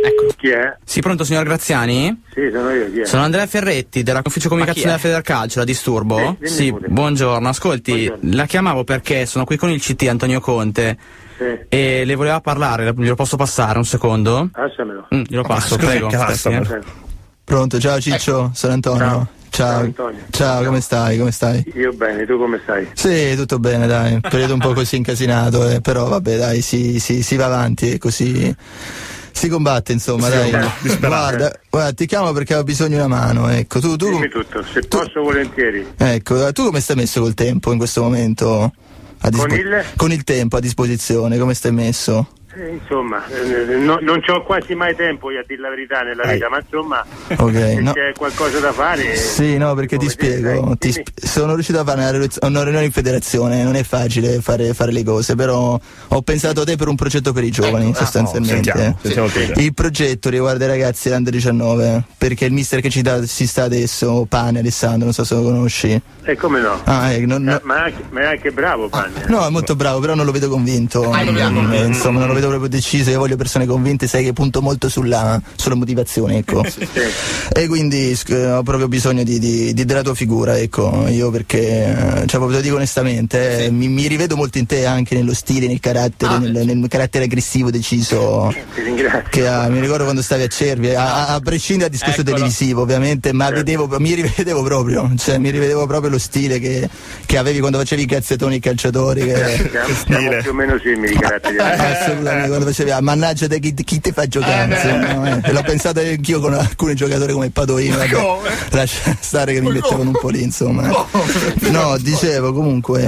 Eccolo. Chi è? Sì, pronto, signor Graziani? Sì, sono io, chi è? Sono Andrea Ferretti dell'ufficio comunicazione della Federcalcio, la disturbo? Sì, buongiorno, ascolti, la chiamavo perché sono qui con il CT Antonio Conte e le voleva parlare, glielo posso passare un secondo? Passamelo. Glielo passo, prego. Pronto, ciao Ciccio, sono Antonio. Ciao Antonio. Ciao, come stai? Io bene, tu come stai? Sì, tutto bene, dai. Periodo un po' così incasinato, però vabbè, dai, si va avanti e così si combatte, insomma, dai. Guarda, ti chiamo perché ho bisogno di una mano, ecco. Dimmi tutto, se posso volentieri. Ecco, tu come stai messo col tempo in questo momento? Con il tempo a disposizione, come stai messo? Insomma, non c'ho quasi mai tempo, a dire la verità, nella vita, ma insomma, se c'è qualcosa da fare. Sì, no, perché ti spiego, sono riuscito a fare una riunione in federazione, non è facile fare le cose, però ho pensato a te per un progetto per i giovani, sostanzialmente. Sentiamo. Il progetto riguarda i ragazzi under 19, perché il mister che ci sta adesso, Pane Alessandro, non so se lo conosci. Come no? Ma è anche bravo, Pane. No, è molto bravo, però non lo vedo convinto. Insomma, non lo vedo proprio deciso. Io voglio persone convinte, sai che punto molto sulla motivazione, ecco. E quindi ho proprio bisogno della tua figura, ecco. Io perché proprio te lo dico onestamente, mi rivedo molto in te, anche nello stile, nel carattere, nel carattere aggressivo, deciso. Ti ringrazio. Che mi ricordo quando stavi a Cervi, a prescindere dal discorso televisivo, ovviamente, ma mi rivedevo proprio, mi rivedevo proprio lo stile che avevi quando facevi i cazzettoni i calciatori. Siamo più o meno simili i caratteri. Assolutamente, quando facevi mannaggia te chi ti fa giocare, l'ho pensato anch'io con alcuni giocatori come Padoino, lascia stare che mi mettevano un po' lì, insomma. No, dicevo comunque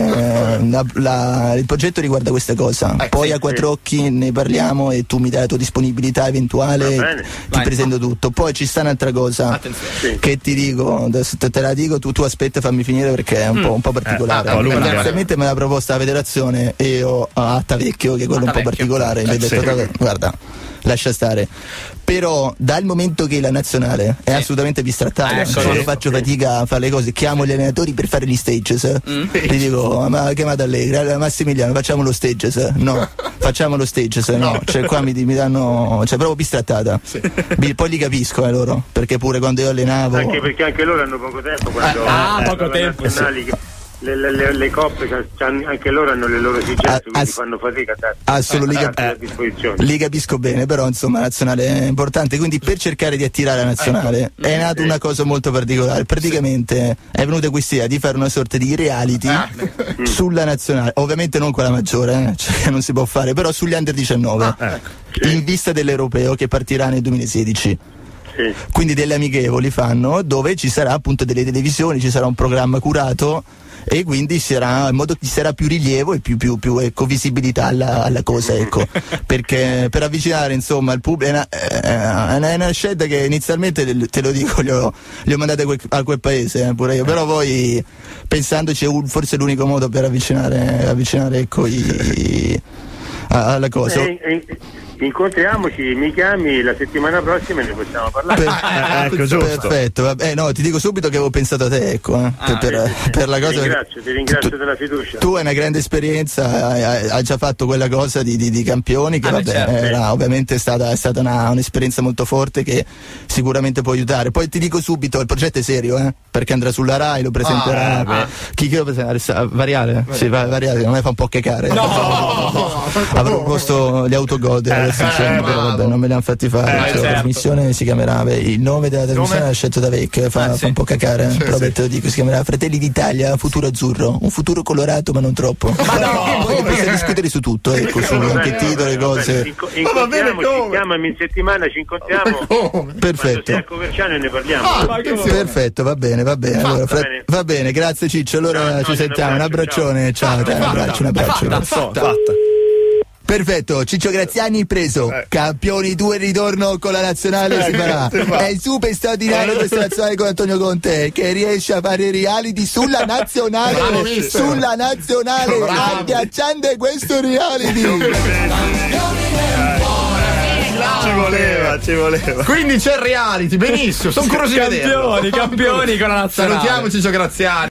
il progetto riguarda questa cosa, poi a quattro occhi ne parliamo e tu mi dai la tua disponibilità eventuale, ti presento tutto. Poi ci sta un'altra cosa che ti dico, te la dico, tu aspetta, fammi finire perché è un po' particolare. Inizialmente me l'ha proposta la federazione e io a Tavecchio, che è quello un po' particolare, mi ha detto guarda, lascia stare. Però dal momento che la nazionale è assolutamente bistrattata, solo faccio fatica a fare le cose, chiamo gli allenatori per fare gli stages, gli dico ma chiamate Allegri, Massimiliano facciamo lo stages, no, facciamo lo stages, no, cioè qua mi danno, proprio bistrattata. Poi li capisco loro, perché pure quando io allenavo, anche perché anche loro hanno poco tempo, quando poco tempo, le coppe anche loro hanno le loro esigenze, quindi fanno fatica a disposizione. Li capisco bene, però insomma la nazionale è importante, quindi per cercare di attirare la nazionale è nata una cosa molto particolare. Praticamente è venuta questa idea di fare una sorta di reality sulla nazionale, ovviamente non quella maggiore, cioè non si può fare, però sugli under 19 in vista dell'europeo che partirà nel 2016. Quindi delle amichevoli fanno, dove ci sarà appunto delle televisioni, ci sarà un programma curato e quindi sarà in modo che ci sarà più rilievo e più visibilità alla cosa, ecco. Perché per avvicinare insomma il pubblico è una scelta che inizialmente, te lo dico, li ho mandate a quel paese pure io, però poi pensandoci è forse l'unico modo per avvicinare ecco alla cosa. Incontriamoci, mi chiami la settimana prossima e ne possiamo parlare. Ecco, giusto. Perfetto, no, ti dico subito che avevo pensato a te, ecco, per la cosa. Ti ringrazio della fiducia. Tu hai una grande esperienza, hai già fatto quella cosa di campioni che era ovviamente stata un'esperienza molto forte che sicuramente può aiutare. Poi ti dico subito, il progetto è serio, perché andrà sulla Rai, lo presenterà. Chi lo presenterà? Variale? Sì, Variale, non mi fa un po' cacare. No! Avrò proposto gli autogol. Però vabbè, non me li hanno fatti fare. La trasmissione si chiamerà, il nome della trasmissione l'ha scelto da Vec, fa un po' cacare, però te lo dico, si chiamerà Fratelli d'Italia Futuro Azzurro, un futuro colorato ma non troppo. Poi possiamo discutere su tutto, ecco, su anche titolo, le cose. Chiamami in settimana, ci incontriamo. Perfetto. A Coverciano e ne parliamo. Perfetto, va bene. Allora, va bene, grazie Ciccio, allora ci sentiamo, un abbraccione, ciao, un abbraccio. Perfetto, Ciccio Graziani preso, campioni 2 ritorno con la nazionale si farà. È super straordinario questa nazionale con Antonio Conte che riesce a fare reality sulla nazionale, agghiacciante questo reality. Ci voleva. Quindi c'è il reality, benissimo, sono curioso di vedere. Campioni con la nazionale. Salutiamo Ciccio Graziani.